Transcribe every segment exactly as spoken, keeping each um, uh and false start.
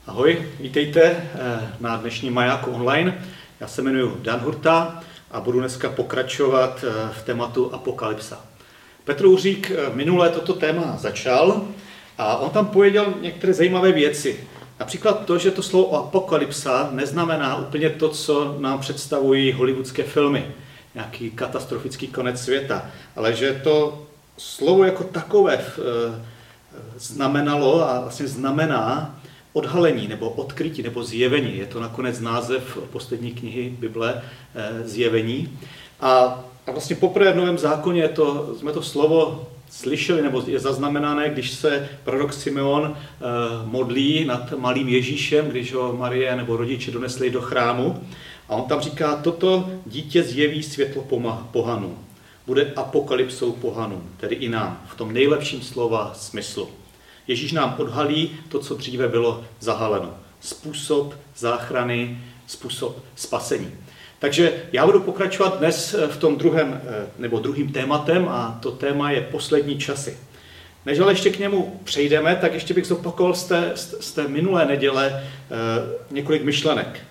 Ahoj, vítejte na dnešním Majáku online. Já se jmenuji Dan Hurta a budu dneska pokračovat v tématu Apokalypsa. Petr Uřík minule toto téma začal a on tam pověděl některé zajímavé věci. Například to, že to slovo apokalypsa neznamená úplně to, co nám představují hollywoodské filmy, nějaký katastrofický konec světa, ale že to slovo jako takové znamenalo a vlastně znamená odhalení nebo odkrytí nebo zjevení. Je to nakonec název poslední knihy Bible, Zjevení. A, a vlastně poprvé v Novém zákoně to, jsme to slovo slyšeli, nebo je zaznamenané, když se prorok Simeon eh, modlí nad malým Ježíšem, když ho Marie nebo rodiče donesli do chrámu. A on tam říká, toto dítě zjeví světlo pohanů. Bude apokalypsou pohanů, tedy i nám, v tom nejlepším slova smyslu. Ježíš nám odhalí to, co dříve bylo zahaleno. Způsob záchrany, způsob spasení. Takže já budu pokračovat dnes v tom druhém, nebo druhým tématem a to téma je poslední časy. Než ale ještě k němu přejdeme, tak ještě bych zopakoval z té, z té minulé neděle několik myšlenek.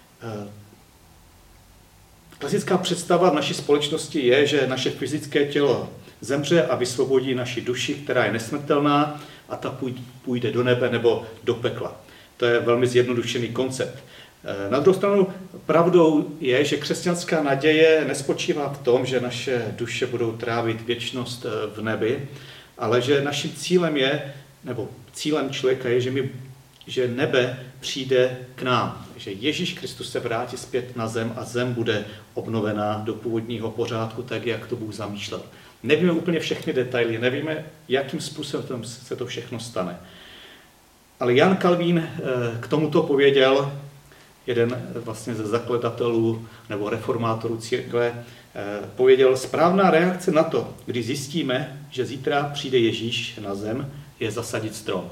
Klasická představa v naší společnosti je, že naše fyzické tělo zemře a vysvobodí naši duši, která je nesmrtelná, a ta půjde do nebe nebo do pekla. To je velmi zjednodušený koncept. Na druhou stranu pravdou je, že křesťanská naděje nespočívá v tom, že naše duše budou trávit věčnost v nebi, ale že naším cílem je, nebo cílem člověka je, že, my, že nebe přijde k nám. Že Ježíš Kristus se vrátí zpět na zem a zem bude obnovená do původního pořádku, tak jak to Bůh zamýšlel. Nevíme úplně všechny detaily, nevíme, jakým způsobem se to všechno stane. Ale Jan Kalvín k tomuto pověděl, jeden vlastně ze zakladatelů nebo reformátorů církve, pověděl, správná reakce na to, když zjistíme, že zítra přijde Ježíš na zem, je zasadit strom.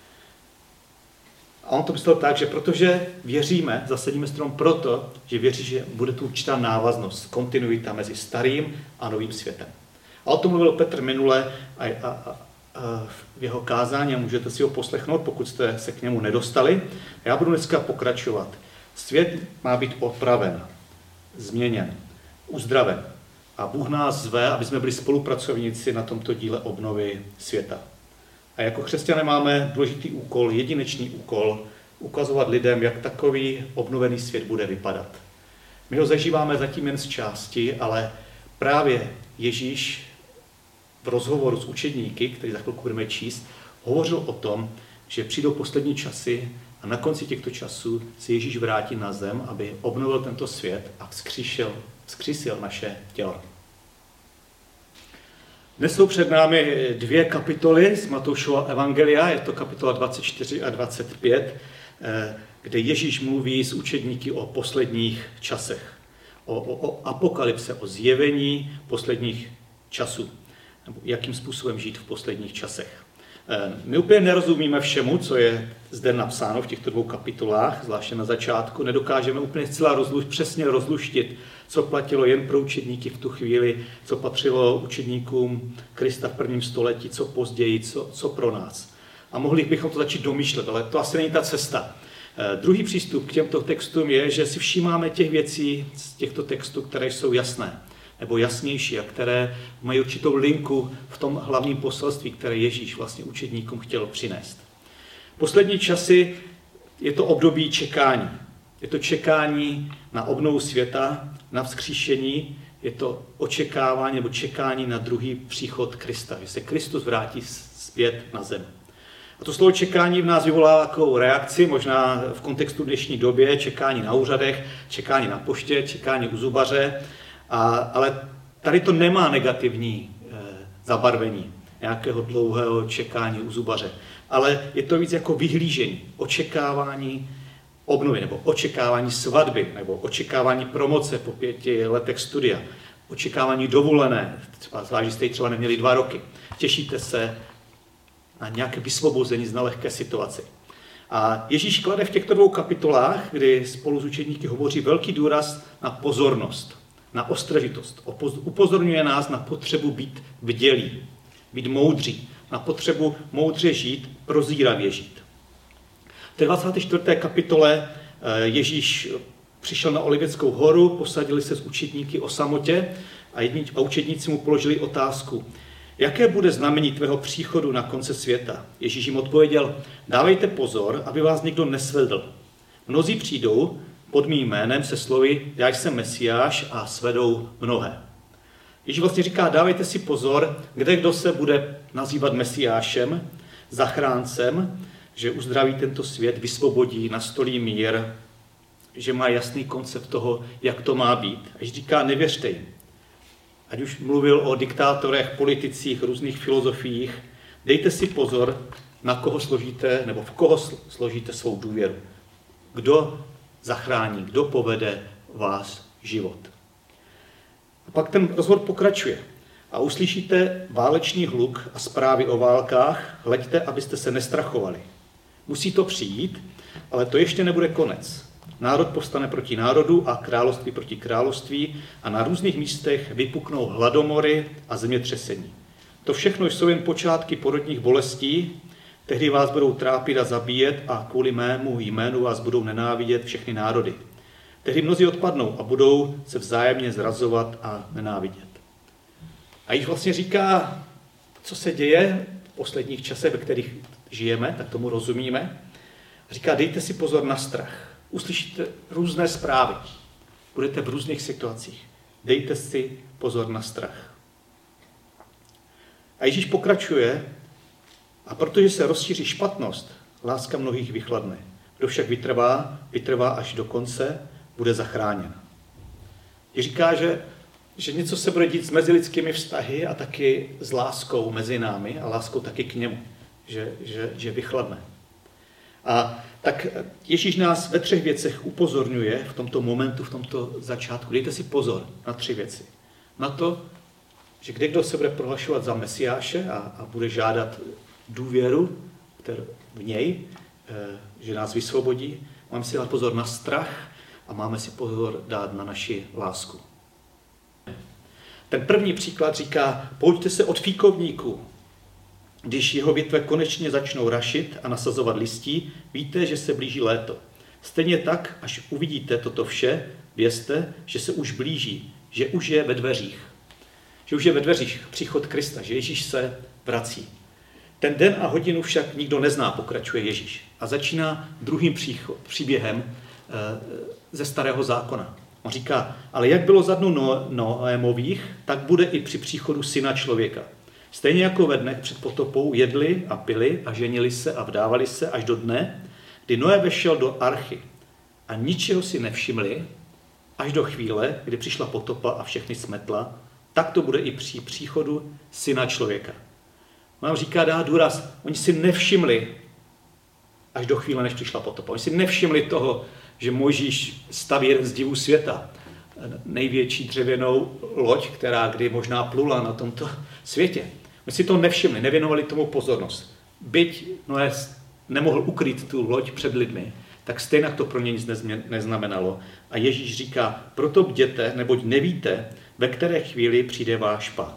A on to myslel tak, že protože věříme, zasadíme strom proto, že věří, že bude tu určitá návaznost, kontinuita mezi starým a novým světem. A o tom mluvil Petr minule a, a, a, a v jeho kázání a můžete si ho poslechnout, pokud jste se k němu nedostali. Já budu dneska pokračovat. Svět má být opraven, změněn, uzdraven. A Bůh nás zve, aby jsme byli spolupracovníci na tomto díle obnovy světa. A jako křesťané máme důležitý úkol, jedinečný úkol, ukazovat lidem, jak takový obnovený svět bude vypadat. My ho zažíváme zatím jen z části, ale právě Ježíš v rozhovoru s učedníky, který za chvilku budeme číst, hovořil o tom, že přijdou poslední časy a na konci těchto časů se Ježíš vrátí na zem, aby obnovil tento svět a vzkříšil, vzkřísil naše tělo. Dnes jsou před námi dvě kapitoly z Matoušova evangelia, je to kapitola dvacet čtyři a dvacet pět, kde Ježíš mluví s učedníky o posledních časech, o, o, o apokalypse, o zjevení posledních časů, nebo jakým způsobem žít v posledních časech. My úplně nerozumíme všemu, co je zde napsáno v těchto dvou kapitolách, zvláště na začátku. Nedokážeme úplně zcela rozluš, přesně rozluštit, co platilo jen pro učedníky v tu chvíli, co patřilo učedníkům Krista v prvním století, co později, co, co pro nás. A mohli bychom to začít domýšlet, ale to asi není ta cesta. Druhý přístup k těmto textům je, že si všímáme těch věcí z těchto textů, které jsou jasné, nebo jasnější a které mají určitou linku v tom hlavním poselství, které Ježíš vlastně učedníkům chtěl přinést. Poslední časy je to období čekání. Je to čekání na obnovu světa, na vzkříšení, je to očekávání nebo čekání na druhý příchod Krista, že se Kristus vrátí zpět na zem. A to slovo čekání v nás vyvolává takovou reakci, možná v kontextu dnešní době, čekání na úřadech, čekání na poště, čekání u zubaře, a, ale tady to nemá negativní e, zabarvení nějakého dlouhého čekání u zubaře, ale je to víc jako vyhlížení, očekávání obnovy, nebo očekávání svatby, nebo očekávání promoce po pěti letech studia, očekávání dovolené, třeba, zvlášť jste ji třeba neměli dva roky. Těšíte se na nějaké vysvobození z nelehké situace. A Ježíš klade v těchto dvou kapitolách, kdy spolu s učedníky hovoří velký důraz na pozornost, na ostražitost. Upozorňuje nás na potřebu být bdělí, být moudří, na potřebu moudře žít, prozíravě žít. V té dvacáté čtvrté kapitole Ježíš přišel na Oliveckou horu, posadili se s učedníky o samotě a, jedni, a učedníci mu položili otázku, jaké bude znamení tvého příchodu na konce světa? Ježíš jim odpověděl, dávejte pozor, aby vás někdo nesvedl. Mnozí přijdou pod mým jménem se slovy, já jsem Mesiáš a svedou mnohé. Ježíš vlastně říká, dávejte si pozor, kde kdo se bude nazývat Mesiášem, zachráncem, že uzdraví tento svět, vysvobodí, nastolí mír, že má jasný koncept toho, jak to má být. A Ježíš říká, nevěřte jim. Ať už mluvil o diktátorech, politicích, různých filozofiích, dejte si pozor, na koho složíte, nebo v koho složíte svou důvěru. Kdo zachrání, kdo povede vás život. A pak ten rozhovor pokračuje. A uslyšíte válečný hluk a zprávy o válkách, hleďte, abyste se nestrachovali. Musí to přijít, ale to ještě nebude konec. Národ povstane proti národu a království proti království a na různých místech vypuknou hladomory a zemětřesení. To všechno jsou jen počátky porodních bolestí, tehdy vás budou trápit a zabíjet a kvůli mému jménu vás budou nenávidět všechny národy. Tehdy mnozí odpadnou a budou se vzájemně zrazovat a nenávidět. A již vlastně říká, co se děje v posledních časech, ve kterých žijeme, tak tomu rozumíme. Říká, dejte si pozor na strach. Uslyšíte různé zprávy. Budete v různých situacích. Dejte si pozor na strach. A Ježíš pokračuje, a protože se rozšíří špatnost, láska mnohých vychladne. Kdo však vytrvá, vytrvá až do konce, bude zachráněn. Je říká, že, že něco se bude dít s mezilidskými vztahy a taky s láskou mezi námi a láskou taky k němu, že, že, že vychladne. A tak Ježíš nás ve třech věcech upozorňuje v tomto momentu, v tomto začátku. Dejte si pozor na tři věci. Na to, že kdekdo se bude prohlašovat za Mesiáše a, a bude žádat důvěru kterou v něj, že nás vysvobodí, máme si dát pozor na strach a máme si pozor dát na naši lásku. Ten první příklad říká, poučte se od fíkovníků. Když jeho větve konečně začnou rašit a nasazovat listí, víte, že se blíží léto. Stejně tak, až uvidíte toto vše, vězte, že se už blíží, že už je ve dveřích. Že už je ve dveřích příchod Krista, že Ježíš se vrací. Ten den a hodinu však nikdo nezná, pokračuje Ježíš. A začíná druhým příchod, příběhem ze Starého zákona. On říká, ale jak bylo za dnů Noémových, tak bude i při příchodu Syna člověka. Stejně jako ve dnech před potopou jedli a pili a ženili se a vdávali se až do dne, kdy Noé vešel do archy a ničeho si nevšimli, až do chvíle, kdy přišla potopa a všechny smetla, tak to bude i při příchodu Syna člověka. Mám říká, dá důraz, oni si nevšimli, až do chvíle, než přišla potopa. Oni si nevšimli toho, že Mojžíš staví jeden z divů světa, největší dřevěnou loď, která kdy možná plula na tomto světě. My si to nevšimli, nevěnovali tomu pozornost. Byť Noé nemohl ukrýt tu loď před lidmi, tak stejně to pro ně nic neznamenalo. A Ježíš říká, proto bděte, neboť nevíte, ve které chvíli přijde váš Pán.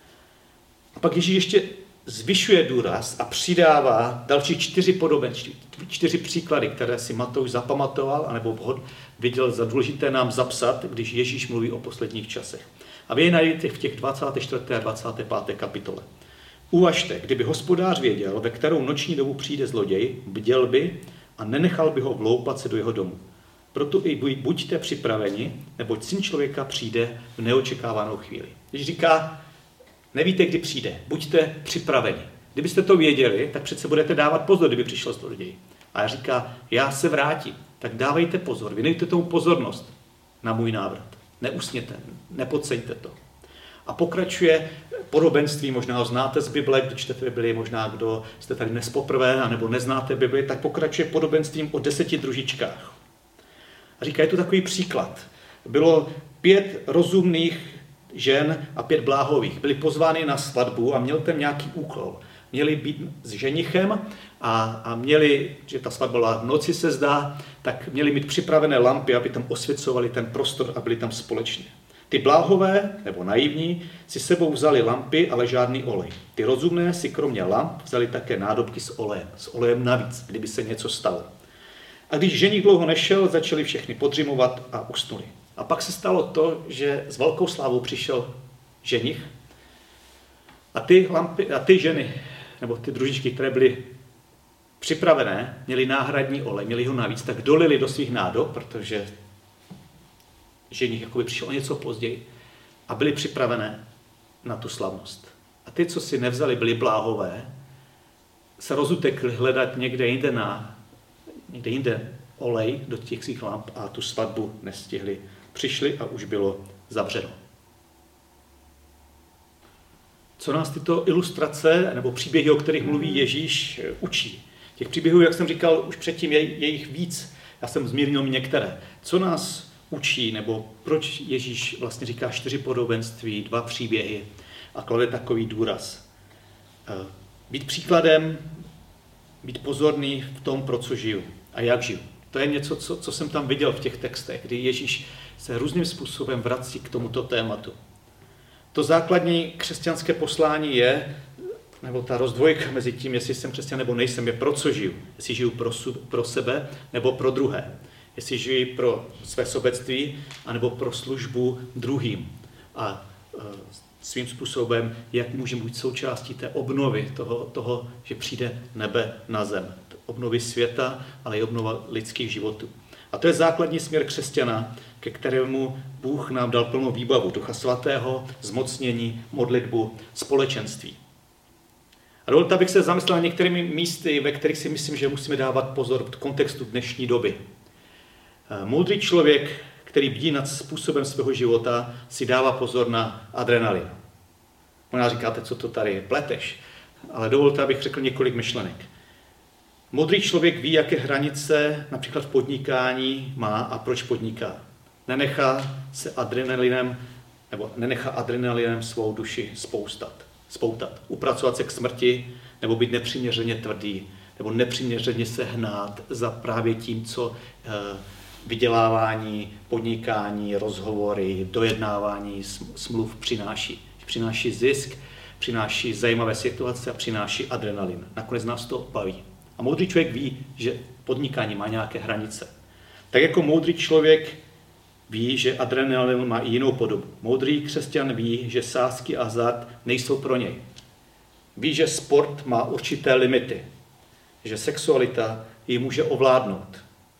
A pak Ježíš ještě zvyšuje důraz a přidává další čtyři podobenství, čtyři příklady, které si Matouš zapamatoval, anebo vhod viděl za důležité nám zapsat, když Ježíš mluví o posledních časech. A vy je najdete v těch dvacáté čtvrté a dvacáté páté kapitole. Uvažte, kdyby hospodář věděl, ve kterou noční dobu přijde zloděj, bděl by a nenechal by ho vloupat se do jeho domu. Proto i buďte připraveni, neboť Syn člověka přijde v neočekávanou chvíli. Když říká, nevíte, kdy přijde, buďte připraveni. Kdybyste to věděli, tak přece budete dávat pozor, kdyby přišel zloděj. A říká, já se vrátím, tak dávejte pozor, věnujte tomu pozornost na můj návrat. Neusněte, nepodceňte to. A pokračuje podobenství, možná ho znáte z Bible, kdo čtete Bibli, možná kdo jste tady dnes poprvé, anebo neznáte Bibli, tak pokračuje podobenstvím o deseti družičkách. A říká, je tu takový příklad. Bylo pět rozumných žen a pět bláhových. Byli pozvány na svatbu a měli tam nějaký úkol. Měli být s ženichem a, a měli, že ta svatba byla v noci se zdá, tak měli mít připravené lampy, aby tam osvěcovali ten prostor a byli tam společně. Ty bláhové, nebo naivní, si sebou vzali lampy, ale žádný olej. Ty rozumné si kromě lamp vzali také nádobky s olejem. S olejem navíc, kdyby se něco stalo. A když ženich dlouho nešel, začali všechny podřimovat a usnuli. A pak se stalo to, že s velkou slávou přišel ženich a ty, lampy, a ty ženy, nebo ty družičky, které byly připravené, měli náhradní olej, měli ho navíc, tak dolili do svých nádob, protože ženich jakoby přišel o něco později a byli připravené na tu slavnost. A ty, co si nevzali, byli bláhové, se rozutekli hledat někde jinde, na, někde jinde olej do těch svých lamp a tu svatbu nestihli. Přišli a už bylo zavřeno. Co nás tyto ilustrace nebo příběhy, o kterých mluví Ježíš, učí? Těch příběhů, jak jsem říkal už předtím, je, je jich víc. Já jsem zmírnil některé. Co nás učí, nebo proč Ježíš vlastně říká čtyři podobenství, dva příběhy a klade takový důraz? Být příkladem, být pozorný v tom, pro co žiju a jak žiju. To je něco, co, co jsem tam viděl v těch textech, kdy Ježíš se různým způsobem vrací k tomuto tématu. To základní křesťanské poslání je, nebo ta rozdvojka mezi tím, jestli jsem křesťan nebo nejsem, je pro co žiju. Jestli žiju pro, pro sebe nebo pro druhé. Jestli žiju pro své sobectví, anebo pro službu druhým. A e, svým způsobem, jak můžeme být součástí té obnovy toho, toho, že přijde nebe na zem. Obnovy světa, ale i obnova lidských životů. A to je základní směr křesťana, ke kterému Bůh nám dal plnou výbavu Ducha Svatého, zmocnění, modlitbu, společenství. A dovolte, abych se zamyslel na některými místy, ve kterých si myslím, že musíme dávat pozor v kontextu dnešní doby. Moudrý člověk, který bdí nad způsobem svého života, si dává pozor na adrenalin. Možná říkáte, co to tady pleteš, ale dovolte, abych řekl několik myšlenek. Moudrý člověk ví, jaké hranice například v podnikání má a proč podniká. Nenechá se adrenalinem, nebo nenechá adrenalinem svou duši spoustat, spoutat. Upracovat se k smrti, nebo být nepřiměřeně tvrdý, nebo nepřiměřeně se hnát za právě tím, co eh, vydělávání, podnikání, rozhovory, dojednávání smluv přináší. Přináší zisk, přináší zajímavé situace a přináší adrenalin. Nakonec nás to baví. A moudrý člověk ví, že podnikání má nějaké hranice. Tak jako moudrý člověk ví, že adrenalin má i jinou podobu. Moudrý křesťan ví, že sázky a hazard nejsou pro něj. Ví, že sport má určité limity, že sexualita ji může ovládnout.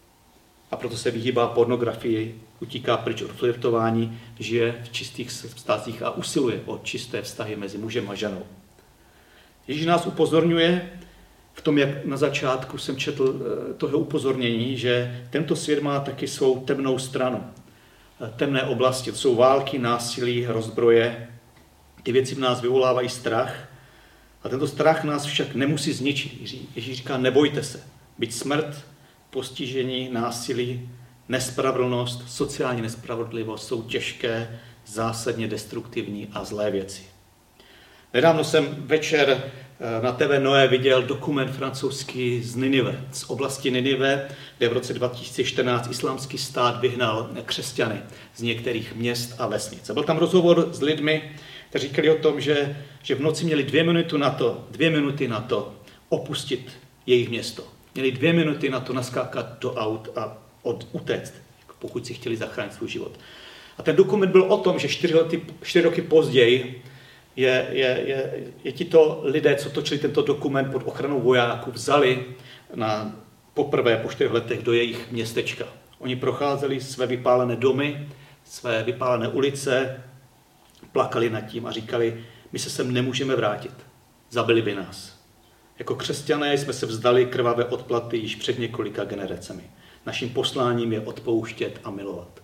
A proto se vyhýbá pornografii, utíká pryč od flirtování, žije v čistých vztazích a usiluje o čisté vztahy mezi mužem a ženou. Ježíš nás upozorňuje v tom, jak na začátku jsem četl toho upozornění, že tento svět má taky svou temnou stranu. Temné oblasti, to jsou války, násilí, rozbroje. Ty věci v nás vyvolávají strach. A tento strach nás však nemusí zničit. Ježíš říká, nebojte se. Byť smrt, postižení, násilí, nespravedlnost, sociální nespravedlivost jsou těžké, zásadně destruktivní a zlé věci. Nedávno jsem večer na T V Noé viděl dokument francouzský z Ninive, z oblasti Ninive, kde v roce dva tisíce čtrnáct islámský stát vyhnal křesťany z některých měst a vesnic. A byl tam rozhovor s lidmi, kteří říkali o tom, že, že v noci měli dvě minuty na to, dvě minuty na to opustit jejich město. Měli dvě minuty na to naskákat do aut a od, utéct, pokud si chtěli zachránit svůj život. A ten dokument byl o tom, že čtyři, lety, čtyři roky později je, je, je, je tito lidé, co točili tento dokument pod ochranou vojáků, vzali na poprvé po čtyřech letech do jejich městečka. Oni procházeli své vypálené domy, své vypálené ulice, plakali nad tím a říkali, my se sem nemůžeme vrátit, zabili by nás. Jako křesťané jsme se vzdali krvavé odplaty již před několika generacemi. Naším posláním je odpouštět a milovat.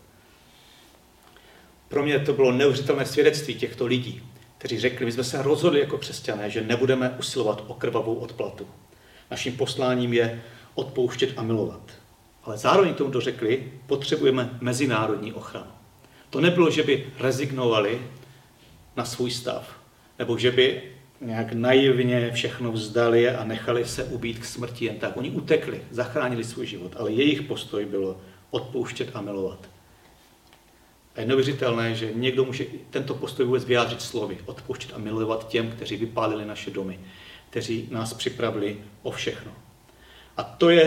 Pro mě to bylo neuvěřitelné svědectví těchto lidí, kteří řekli, my jsme se rozhodli jako křesťané, že nebudeme usilovat o krvavou odplatu. Naším posláním je odpouštět a milovat. Ale zároveň tomu dořekli, potřebujeme mezinárodní ochranu. To nebylo, že by rezignovali na svůj stav, nebo že by nějak naivně všechno vzdali a nechali se ubít k smrti jen tak. Oni utekli, zachránili svůj život, ale jejich postoj bylo odpouštět a milovat. A je neuvěřitelné, že někdo může tento postoj vůbec vyjádřit slovy, odpouštět a milovat těm, kteří vypálili naše domy, kteří nás připravili o všechno. A to je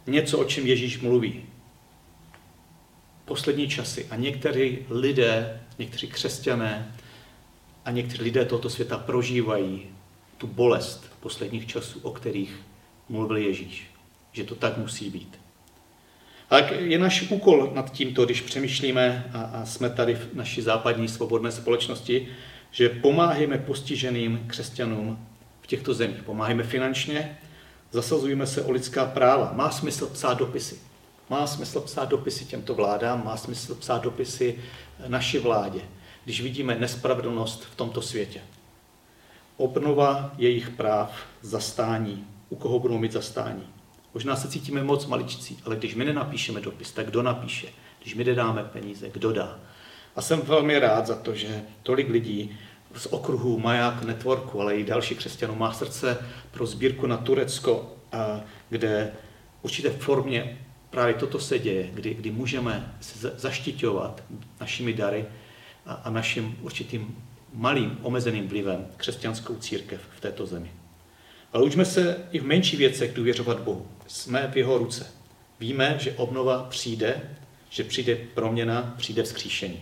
něco, o čem Ježíš mluví. Poslední časy a někteří lidé, někteří křesťané a někteří lidé tohoto světa prožívají tu bolest posledních časů, o kterých mluvil Ježíš. Že to tak musí být. A je náš úkol nad tímto, když přemýšlíme a, a jsme tady v naší západní svobodné společnosti, že pomáháme postiženým křesťanům v těchto zemích. Pomáháme finančně, zasazujeme se o lidská práva. Má smysl psát dopisy. Má smysl psát dopisy těmto vládám, má smysl psát dopisy naší vládě, když vidíme nespravedlnost v tomto světě. Obnova jejich práv, zastání, u koho budou mít zastání. Možná se cítíme moc maličcí, ale když my nenapíšeme dopis, tak kdo napíše? Když my nedáme peníze, kdo dá? A jsem velmi rád za to, že tolik lidí z okruhu Maják Networku, ale i dalších křesťanů má srdce pro sbírku na Turecko, kde v určité formě právě toto se děje, kdy, kdy můžeme se zaštiťovat našimi dary a, a naším určitým malým omezeným vlivem křesťanskou církev v této zemi. Ale učme se i v menší věcech důvěřovat Bohu. Jsme v jeho ruce. Víme, že obnova přijde, že přijde proměna, přijde vzkříšení.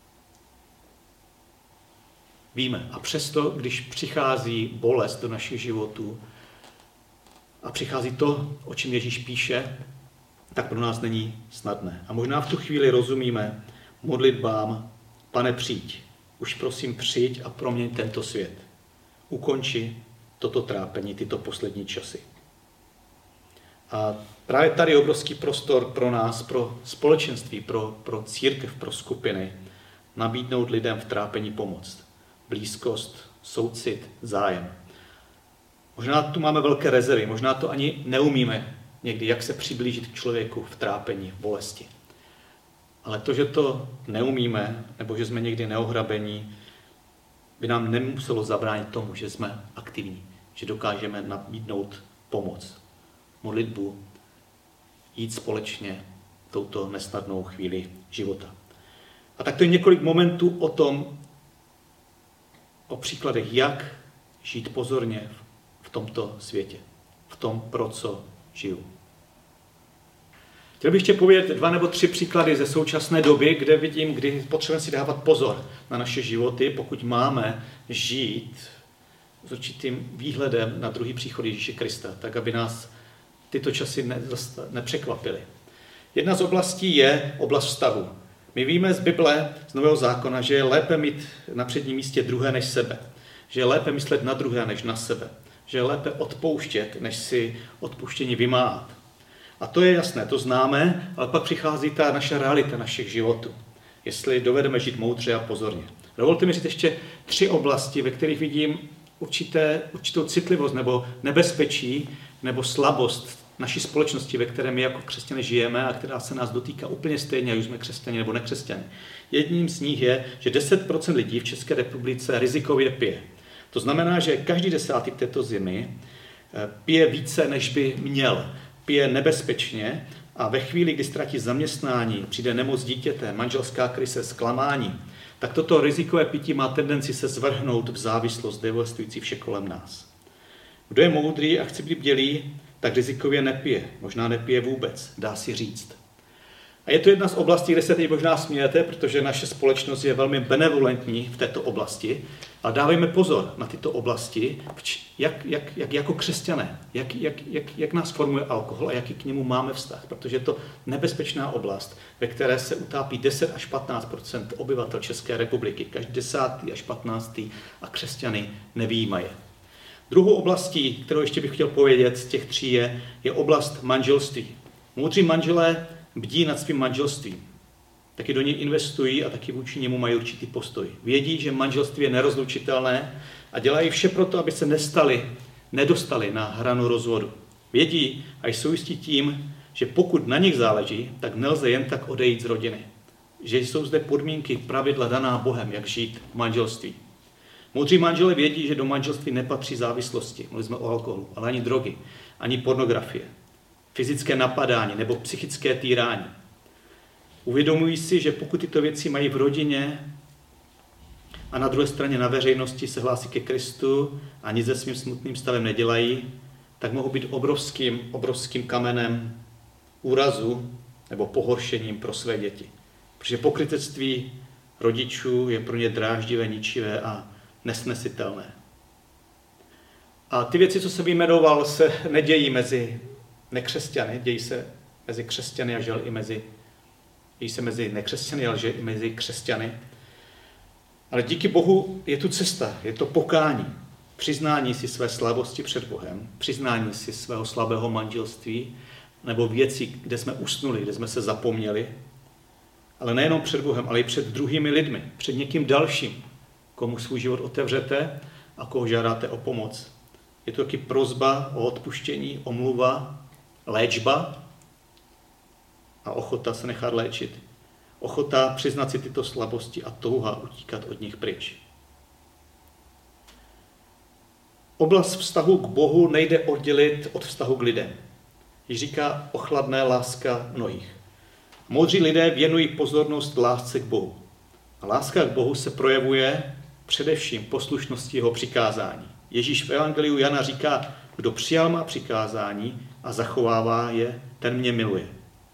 Víme. A přesto, když přichází bolest do našich životů a přichází to, o čem Ježíš píše, tak pro nás není snadné. A možná v tu chvíli rozumíme modlitbám: Pane, přijď. Už prosím přijď a proměň tento svět. Ukonči toto trápení, tyto poslední časy. A právě tady je obrovský prostor pro nás, pro společenství, pro, pro církev, pro skupiny, nabídnout lidem v trápení pomoc. Blízkost, soucit, zájem. Možná tu máme velké rezervy, možná to ani neumíme někdy, jak se přiblížit k člověku v trápení, v bolesti. Ale to, že to neumíme, nebo že jsme někdy neohrabení, by nám nemuselo zabránit tomu, že jsme aktivní, že dokážeme nabídnout pomoc, modlitbu, jít společně touto nesnadnou chvíli života. A tak to je několik momentů o tom, o příkladech, jak žít pozorně v tomto světě, v tom, pro co žiju. Chtěl bych ještě povědět dva nebo tři příklady ze současné doby, kde vidím, kdy potřebujeme si dávat pozor na naše životy, pokud máme žít s určitým výhledem na druhý příchod Ježíše Krista, tak aby nás tyto časy ne, nepřekvapily. Jedna z oblastí je oblast vztahu. My víme z Bible, z Nového zákona, že je lépe mít na předním místě druhé než sebe. Že je lépe myslet na druhé než na sebe. Že je lépe odpouštět, než si odpuštění vymáhat. A to je jasné, to známe, ale pak přichází ta naše realita našich životů. Jestli dovedeme žít moudře a pozorně. Dovolte mi říct ještě tři oblasti, ve kterých vidím určité, určitou citlivost nebo nebezpečí nebo slabost naší společnosti, ve které my jako křesťané žijeme a která se nás dotýká úplně stejně, ať už jsme křesťané nebo nekřesťané. Jedním z nich je, že deset procent lidí v České republice rizikově pije. To znamená, že každý desátý v této zemi pije více, než by měl. Pije nebezpečně a ve chvíli, kdy ztratí zaměstnání, přijde nemoc dítěte, manželská krize, zklamání, tak toto rizikové pití má tendenci se zvrhnout v závislost devastující vše kolem nás. Kdo je moudrý a chce být bdělý, tak rizikově nepije. Možná nepije vůbec, dá si říct. A je to jedna z oblastí, kde se teď možná smějete, protože naše společnost je velmi benevolentní v této oblasti. A dávejme pozor na tyto oblasti, jak, jak, jak jako křesťané, jak, jak, jak, jak nás formuje alkohol a jaký k němu máme vztah. Protože je to nebezpečná oblast, ve které se utápí deset až patnáct procent obyvatel České republiky. Každý desátý až patnáctý a křesťany nevyjímají. Druhou oblastí, kterou ještě bych chtěl povědět z těch tří, je, je oblast manželství. Moudří manželé bdí nad svým manželstvím. Taky do něj investují a taky vůči němu mají určitý postoj. Vědí, že manželství je nerozlučitelné a dělají vše pro to, aby se nestali, nedostali na hranu rozvodu. Vědí a jsou jistí tím, že pokud na nich záleží, tak nelze jen tak odejít z rodiny. Že jsou zde podmínky, pravidla daná Bohem, jak žít v manželství. Moudří manželé vědí, že do manželství nepatří závislosti, mluvili jsme o alkoholu, ale ani drogy, ani pornografie, fyzické napadání nebo psychické týrání. Uvědomují si, že pokud tyto věci mají v rodině a na druhé straně na veřejnosti se hlásí ke Kristu a nic se svým smutným stavem nedělají, tak mohou být obrovským, obrovským kamenem úrazu nebo pohoršením pro své děti. Protože pokrytectví rodičů je pro ně dráždivé, ničivé a nesnesitelné. A ty věci, co jsem vyjmenoval, se nedějí mezi nekřesťany, dějí se mezi křesťany a žel i mezi, dějí se mezi nekřesťany, ale že i mezi křesťany. Ale díky Bohu je tu cesta, je to pokání, přiznání si své slabosti před Bohem, přiznání si svého slabého manželství nebo věcí, kde jsme usnuli, kde jsme se zapomněli, ale nejenom před Bohem, ale i před druhými lidmi, před někým dalším, komu svůj život otevřete a koho žádáte o pomoc. Je to taky prosba o odpuštění, omluva, léčba a ochota se nechat léčit. Ochota přiznat si tyto slabosti a touha utíkat od nich pryč. Oblast vztahu k Bohu nejde oddělit od vztahu k lidem. Již říká ochladné láska mnohých. Moudří lidé věnují pozornost lásce k Bohu. A láska k Bohu se projevuje především poslušností jeho přikázání. Ježíš v Evangeliu Jana říká, kdo přijal má přikázání a zachovává je, ten mě miluje.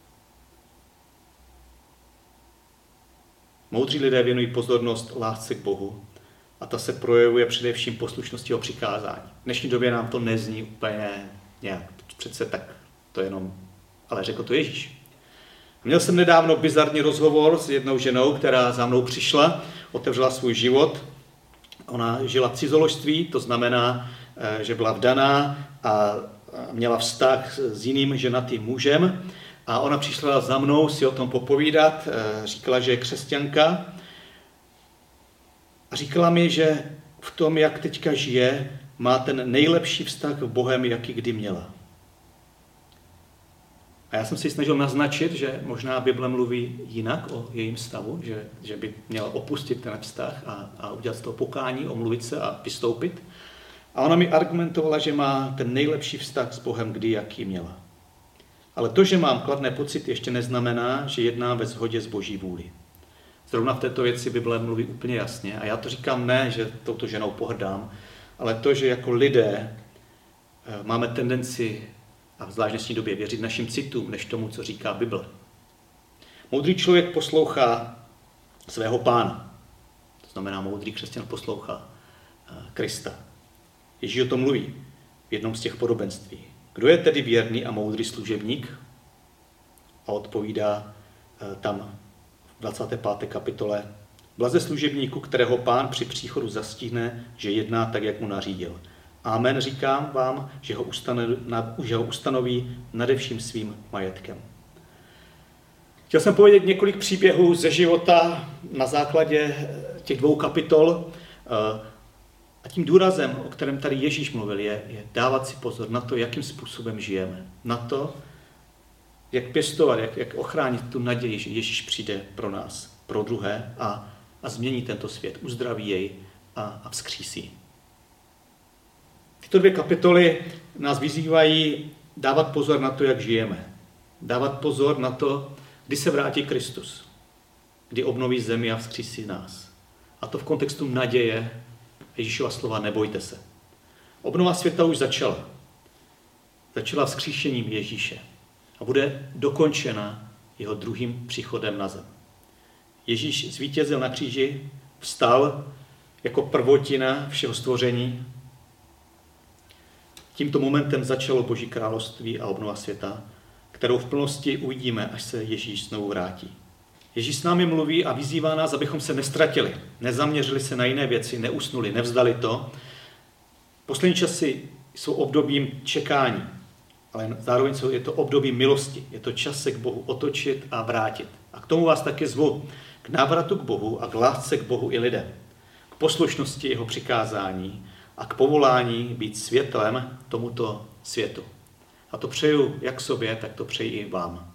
Moudří lidé věnují pozornost lásce k Bohu a ta se projevuje především poslušností jeho přikázání. V dnešní době nám to nezní úplně nějak, přece tak to jenom, ale řekl to Ježíš. Měl jsem nedávno bizarní rozhovor s jednou ženou, která za mnou přišla, otevřela svůj život. Ona žila v cizoložství, to znamená, že byla vdaná a měla vztah s jiným ženatým mužem. A ona přišla za mnou si o tom popovídat, říkala, že je křesťanka. A říkala mi, že v tom, jak teďka žije, má ten nejlepší vztah s Bohem, jaký kdy měla. A já jsem si snažil naznačit, že možná Bible mluví jinak o jejím stavu, že, že by měla opustit ten vztah a, a udělat z toho pokání, omluvit se a vystoupit. A ona mi argumentovala, že má ten nejlepší vztah s Bohem, kdy jaký měla. Ale to, že mám kladné pocity, ještě neznamená, že jednám ve shodě s Boží vůli. Zrovna v této věci Bible mluví úplně jasně. A já to říkám ne, že touto ženou pohrdám, ale to, že jako lidé máme tendenci a v zvlášť dnešní době věřit našim citům, než tomu, co říká Bible. Moudrý člověk poslouchá svého Pána. To znamená, moudrý křesťan poslouchá Krista. Ježíš o tom mluví v jednom z těch podobenství. Kdo je tedy věrný a moudrý služebník? A odpovídá tam v dvacáté páté kapitole. Blaze služebníku, kterého Pán při příchodu zastihne, že jedná tak, jak mu nařídil. Amen, říkám vám, že ho ustanoví, že ho ustanoví nade vším svým majetkem. Chtěl jsem povědět několik příběhů ze života na základě těch dvou kapitol. A tím důrazem, o kterém tady Ježíš mluvil, je, je dávat si pozor na to, jakým způsobem žijeme. Na to, jak pěstovat, jak, jak ochránit tu naději, že Ježíš přijde pro nás, pro druhé a, a změní tento svět, uzdraví jej a, a vzkřísí. Tyto dvě kapitoly nás vyzývají dávat pozor na to, jak žijeme. Dávat pozor na to, kdy se vrátí Kristus, kdy obnoví zemi a vzkřísí nás. A to v kontextu naděje Ježíšova slova nebojte se. Obnova světa už začala. Začala vzkříšením Ježíše a bude dokončena jeho druhým příchodem na zem. Ježíš zvítězil na kříži, vstal jako prvotina všeho stvoření. Tímto momentem začalo Boží království a obnova světa, kterou v plnosti uvidíme, až se Ježíš znovu vrátí. Ježíš s námi mluví a vyzývá nás, abychom se nestratili, nezaměřili se na jiné věci, neusnuli, nevzdali to. Poslední časy jsou obdobím čekání, ale zároveň je to období milosti. Je to čas se k Bohu otočit a vrátit. A k tomu vás taky zvu. K návratu k Bohu a k lásce k Bohu i lidem. K poslušnosti jeho přikázání a k povolání být světlem tomuto světu. A to přeju jak sobě, tak to přeji i vám.